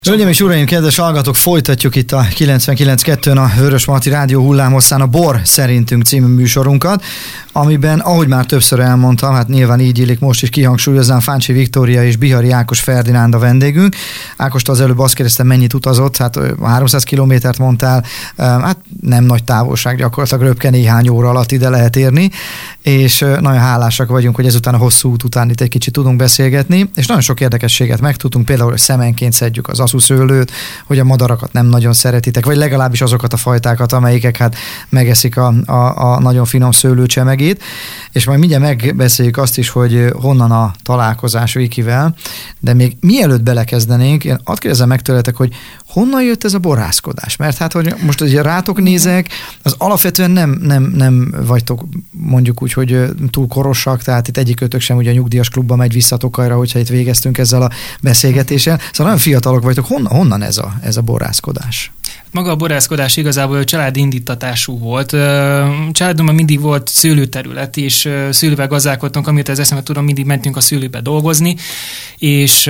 Hölgyeim és uraim, kedves hallgatók, folytatjuk itt a 99.2-n a Vörös Marti Rádió hullámhosszán a Bor szerintünk című műsorunkat, amiben, ahogy már többször elmondtam, hát nyilván így illik most is kihangsúlyoznám, Fáncsi Viktória és Bihari Ákos Ferdinánd a vendégünk. Ákostól az előbb azt kérdeztem, mennyit utazott, hát 300 kilométert mondtál, hát nem nagy távolság, gyakorlatilag röpke néhány óra alatt ide lehet érni, és nagyon hálásak vagyunk, hogy ezután a hosszú út után itt egy kicsit tudunk beszélgetni, és nagyon sok érdekességet megtudtunk, például, hogy szemenként szedjük az aszúszőlőt, hogy a madarakat nem nagyon szeretitek, vagy legalábbis azokat a fajtákat, amelyikek hát megeszik a nagyon finom szőlőcsemegét, és majd mindjárt megbeszéljük azt is, hogy honnan a találkozás Vikivel, de még mielőtt belekezdenénk, én azt kérdezem meg tőletek, hogy honnan jött ez a borászkodás? Mert hát, hogy most ugye rátok nézek, az alapvetően nem vagytok mondjuk úgy, hogy túl korosak, tehát itt egyikőtök sem ugye a nyugdíjas klubba megy vissza Tokajra, hogyha itt végeztünk ezzel a beszélgetéssel. Szóval nagyon fiatalok vagytok. Honnan ez a borászkodás? Maga a borászkodás igazából családi indítatású volt. Családomban mindig volt szőlőterület, és szőlővel gazdálkodtunk, amit az eszembe tudom, mindig mentünk a szőlőbe dolgozni, és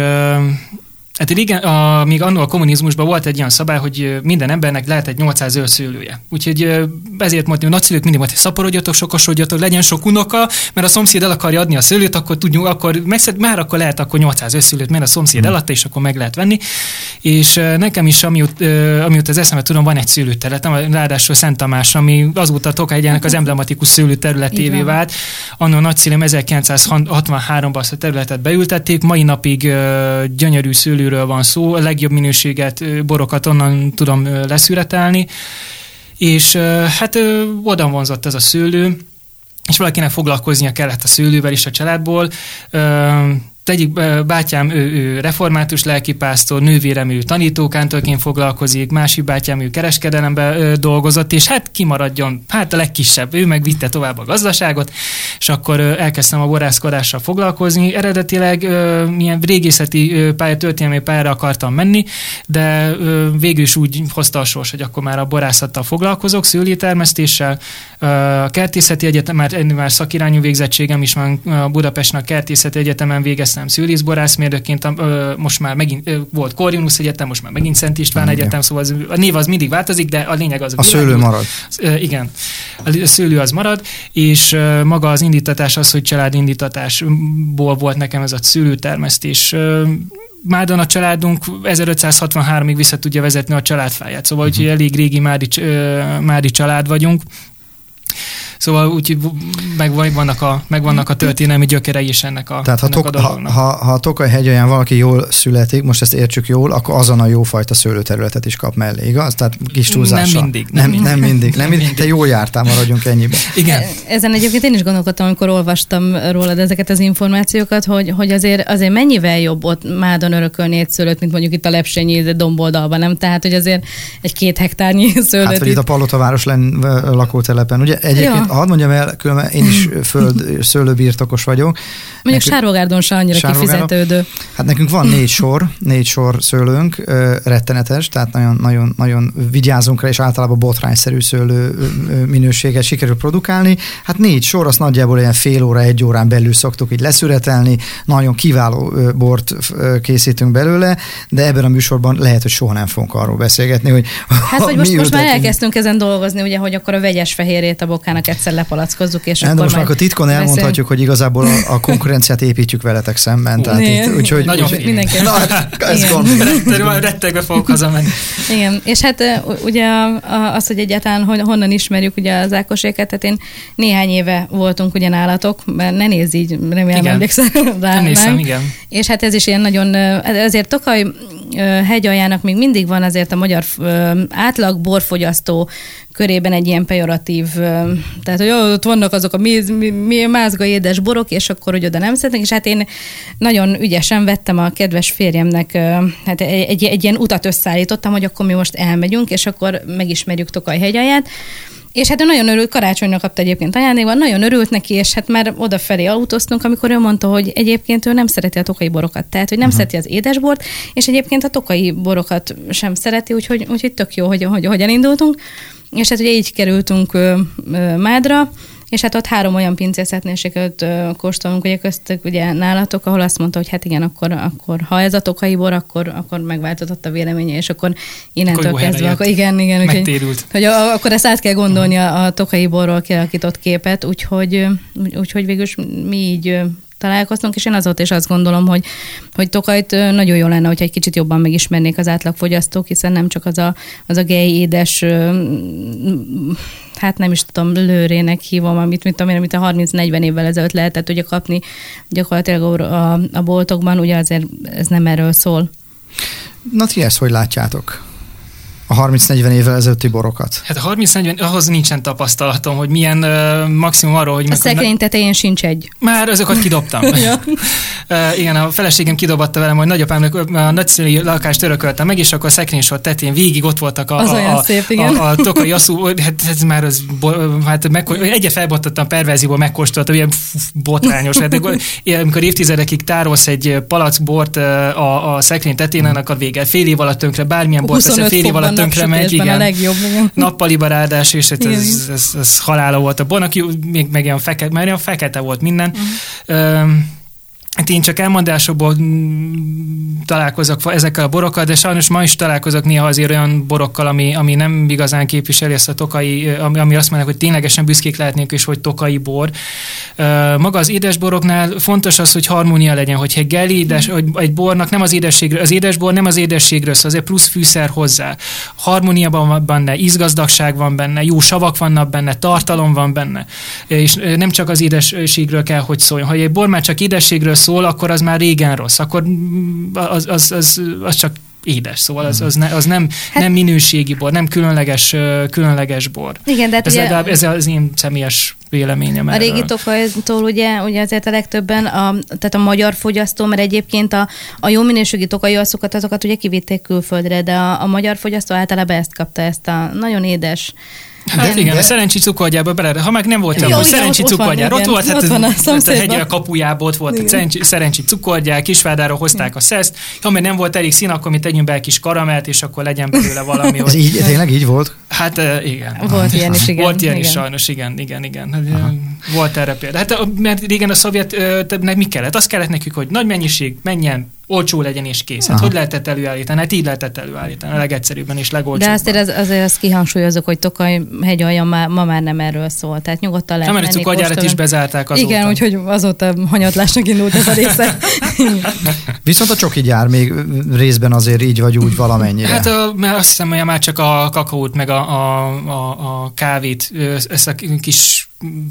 hát régen, még annól a kommunizmusban volt egy olyan szabály, hogy minden embernek lehet egy 800 őrszőlője. Úgyhogy ezért mondtam, hogy nagyszülők mindig volt, hogy szaporodjatok, sokasodjatok, legyen sok unoka, mert a szomszéd el akarja adni a szőlőt, akkor tudjuk, akkor már akkor lehet akkor 800 őrszőlőt, mert a szomszéd eladta, és akkor meg lehet venni. És nekem is, amióta az eszembe tudom, van egy szőlőterületem, ráadásul Szent Tamás, ami azóta Tokaj-hegyének az emblematikus szőlőterületévé vált. Annól nagyszülőm 1963-ban azt a területet beültették, mai napig gyönyörű szőlőről van szó, a legjobb minőséget, borokat onnan tudom leszüretelni, és hát oda vonzott ez a szőlő, és valakinek foglalkoznia kellett a szőlővel is a családból. Egyik bátyám ő református lelkipásztor, nővérem ő tanítókántörként foglalkozik, másik bátyám ő kereskedelemben dolgozott, és hát kimaradjon, hát a legkisebb, ő meg vitte tovább a gazdaságot, és akkor elkezdtem a borászkodással foglalkozni. Eredetileg milyen régészeti történelmi pályára akartam menni, de végül is úgy hozta a sors, hogy akkor már a borászattal foglalkozok, szőlőtermesztéssel, a kertészeti egyetem, már szakirányú végzettségem is van, a Budapesten a kertészeti egyetemen végeztem szőlészborászmérnökként, most már megint volt Corvinus Egyetem, most már megint Szent István Egyetem, szóval a név az mindig változik, de a lényeg az... A szőlő marad. Igen, a szőlő az marad, és maga az indítatás az, hogy családindítatásból volt nekem ez a szőlőtermesztés. Mádon a családunk 1563-ig vissza tudja vezetni a családfáját, szóval úgyhogy elég régi mádi család vagyunk. Szóval úgy megvannak a történelmi gyökerei is ennek a Tehát ennek a dolognak. Ha a Tokaj-hegyalján valaki jól születik, most ezt értsük jól, akkor azon a jófajta szőlőterületet is kap mellé, igaz? Tehát kis túlzással. Nem mindig. Te jól jártál, maradjunk ennyiben. Igen. Ezen egyébként én is gondolkodtam, amikor olvastam rólad ezeket az információkat, hogy azért mennyivel jobb ott Mádon örökölni egy szőlőt, mint mondjuk itt a Lepsényi domboldalban, nem? Tehát, hogy azért egy 2 hektárnyi szőlőt. Hát, vagy itt a Palotaváros lakótelepen, ugye? Egyébként hadd mondjam el, különben én is szőlőbirtokos vagyok. Mondjuk Sárvagárdon se annyira kifizetődő. Hát nekünk van 4 sor szőlőnk, rettenetes, tehát nagyon vigyázunk rá, és általában botrányszerű szőlő minőséget sikerül produkálni. Hát 4 sor, azt nagyjából ilyen fél óra, 1 órán belül szoktuk így leszüretelni, nagyon kiváló bort készítünk belőle, de ebben a műsorban lehet, hogy soha nem fogunk arról beszélgetni, hogy hát, hogy most már elkezdtünk ezen dolgozni, ugye, hogy akkor a vegyes fehérjét a bokának egyszer lepalackozzuk, és akkor most már akkor titkon elmondhatjuk, hogy igazából a konkurenciát építjük veletek szemben. Tehát itt, úgyhogy mindenképpen. Rettegve fogok hazamenni. Igen, és hát ugye az, hogy egyáltalán honnan ismerjük ugye az Ákoséket, tehát én néhány éve voltunk ugye nálatok, mert ne nézz így, remélem emlékszel rá. Emlékszem, igen. És hát ez is ilyen nagyon, azért Tokaj hegyaljának még mindig van azért a magyar átlag borfogyasztó körében egy ilyen pejoratív, tehát hogy ott vannak azok a mázga édes borok, és akkor hogy oda nem szeretnek, és hát én nagyon ügyesen vettem a kedves férjemnek, hát egy ilyen utat összeállítottam, hogy akkor mi most elmegyünk, és akkor megismerjük Tokaj hegyalját. És hát ő nagyon örült, karácsonyra kapta egyébként ajándékban, nagyon örült neki, és hát már odafelé autóztunk, amikor ő mondta, hogy egyébként ő nem szereti a tokai borokat, tehát hogy nem szereti az édesbort, és egyébként a tokai borokat sem szereti, úgyhogy tök jó, hogy elindultunk. És hát ugye így kerültünk Mádra, És hát ott 3 olyan pincészetnél sikerült kóstolnunk, ugye köztük ugye nálatok, ahol azt mondta, hogy hát igen, akkor ha ez a tokai bor, akkor megváltozott a véleménye, és akkor innentől kezdve, akkor igen, hogy akkor ezt át kell gondolni a tokai borról kialakított képet, úgyhogy végül is mi így találkoztunk, és én azóta is azt gondolom, hogy Tokajt nagyon jó lenne, hogyha egy kicsit jobban megismernék az átlagfogyasztók, hiszen nem csak az a gej édes, hát nem is tudom, lőrének hívom, amit a 30-40 évvel ezelőtt lehetett ugye kapni gyakorlatilag a boltokban, ugye azért ez nem erről szól. Na ti ezt hogy látjátok? A 30-40 évvel ezelőtti borokat? Hát a 30-40, ahhoz nincsen tapasztalatom, hogy milyen maximum arról, hogy... A szekrény tetején sincs egy. Már azokat kidobtam. Igen, a feleségem kidobatta velem, hogy nagyapámnak a nagyszülői lakást örököltem meg, és akkor a szekrénysor tetején végig ott voltak a tokai asszú, hát ez már egyet felbontottam perverzióból, megkóstoltam, ilyen botrányos. Amikor évtizedekig tárolsz egy palack bort a szekrény tetején, annak a vége. Fél év alatt tönkre, bármilyen bort teszem, fél év alatt tönkre megy, igen. A legjobb, igen. Nappaliba ráadás, és ez halála volt a bornak, még ilyen fekete volt minden. Hát én csak elmondásokból találkozok ezekkel a borokkal, de sajnos ma is találkozok néha azért olyan borokkal, ami nem igazán képviseli ezt a tokai, ami azt mondják, hogy ténylegesen büszkék lehetnénk is, hogy tokai bor. Maga az édesboroknál fontos az, hogy harmónia legyen, hogy egy édes, hogy egy bornak nem az édességről, az édesbor nem az édességről szól, azért plusz fűszer hozzá. Harmóniában van benne, ízgazdagság van benne, jó savak vannak benne, tartalom van benne. És nem csak az édességről kell, hogy szóljon. Ha egy bor már csak édességről szól, akkor az már régen rossz. Akkor az csak édes, szóval az nem minőségi bor, nem különleges bor. Igen, de ez az én személyes véleményem erről. A régi Tokajtól ugye azért a legtöbben, tehát a magyar fogyasztó, mert egyébként a jó minőségi tokai asszokat, azokat ugye kivitték külföldre, de a magyar fogyasztó általában ezt kapta, ezt a nagyon édes. Hát igen, a Szerencsi cukorgyárba bele, ha meg nem volt hogy Szerencsi cukorgyár, ott volt, hát a hegy kapujában ott volt a Szerencsi cukorgyár, Kisvárdáról hozták a szeszt, ha meg nem volt elég szín, akkor mi tegyünk be egy kis karamelt, és akkor legyen belőle valami. Ez így, tényleg így volt? Hát igen. Volt ilyen is, igen. Volt ilyen is sajnos, igen. Volt erre példa. Hát mert régen a szovjetnek mi kellett? Az kellett nekük, hogy nagy mennyiség menjen, olcsó legyen és kész. Hát hogy lehetett előállítani? Hát így lehetett előállítani, a legegyszerűbben és legolcsóbban. De azért azt kihangsúlyozok, hogy Tokaj hegyalja ma már nem erről szól. Tehát nyugodtan lehet menni. Mert a cukorgyárat is bezárták azóta. Igen, úgyhogy azóta hanyatlásnak indult ez a része. Viszont a csoki gyár még részben azért így vagy úgy valamennyire. Hát mert azt hiszem, hogy már csak a kakaót meg a kávét, ezt a kis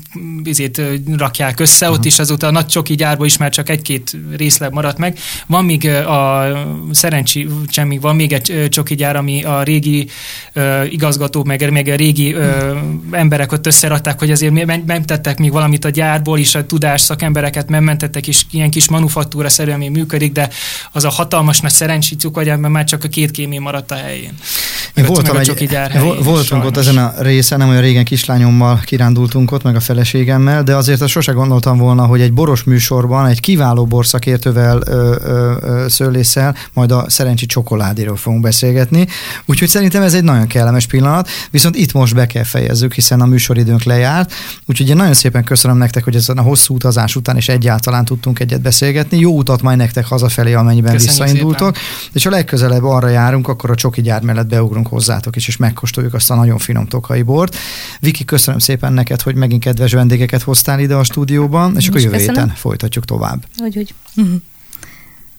rakják össze, ott is azóta a nagy csoki gyárból is már csak 1-2 részleg maradt meg. Van még szerencsém van még egy csoki gyár, ami a régi igazgatók, meg a régi emberek ott összerakták, hogy azért mentettek még valamit a gyárból is, a tudás szakembereket mentettek, és ilyen kis manufaktúra szerűen még működik, de az a hatalmas nagy Szerencsi cukorgyárban már csak a 2 kémé maradt a helyén. Voltunk ott ezen a részen, nem olyan régen kislányommal kirándultunk ott, meg a feleségemmel, de azért azt sose gondoltam volna, hogy egy boros műsorban egy kiváló borszakértővel, szőlésszel, majd a Szerencsi csokoládéról fogunk beszélgetni. Úgyhogy szerintem ez egy nagyon kellemes pillanat, viszont itt most be kell fejezzük, hiszen a műsoridőnk lejárt. Úgyhogy én nagyon szépen köszönöm nektek, hogy ezen a hosszú utazás után is egyáltalán tudtunk egyet beszélgetni. Jó utat majd nektek hazafelé, amennyiben visszaindultok. És a legközelebb arra járunk, akkor a csoki gyár mellett beugrunk hozzátok is, és megkóstoljuk azt a nagyon finom tokai bort. Viki, köszönöm szépen neked, hogy megint kedves vendégeket hoztál ide a stúdióban, és akkor jövő héten folytatjuk tovább. Hogy.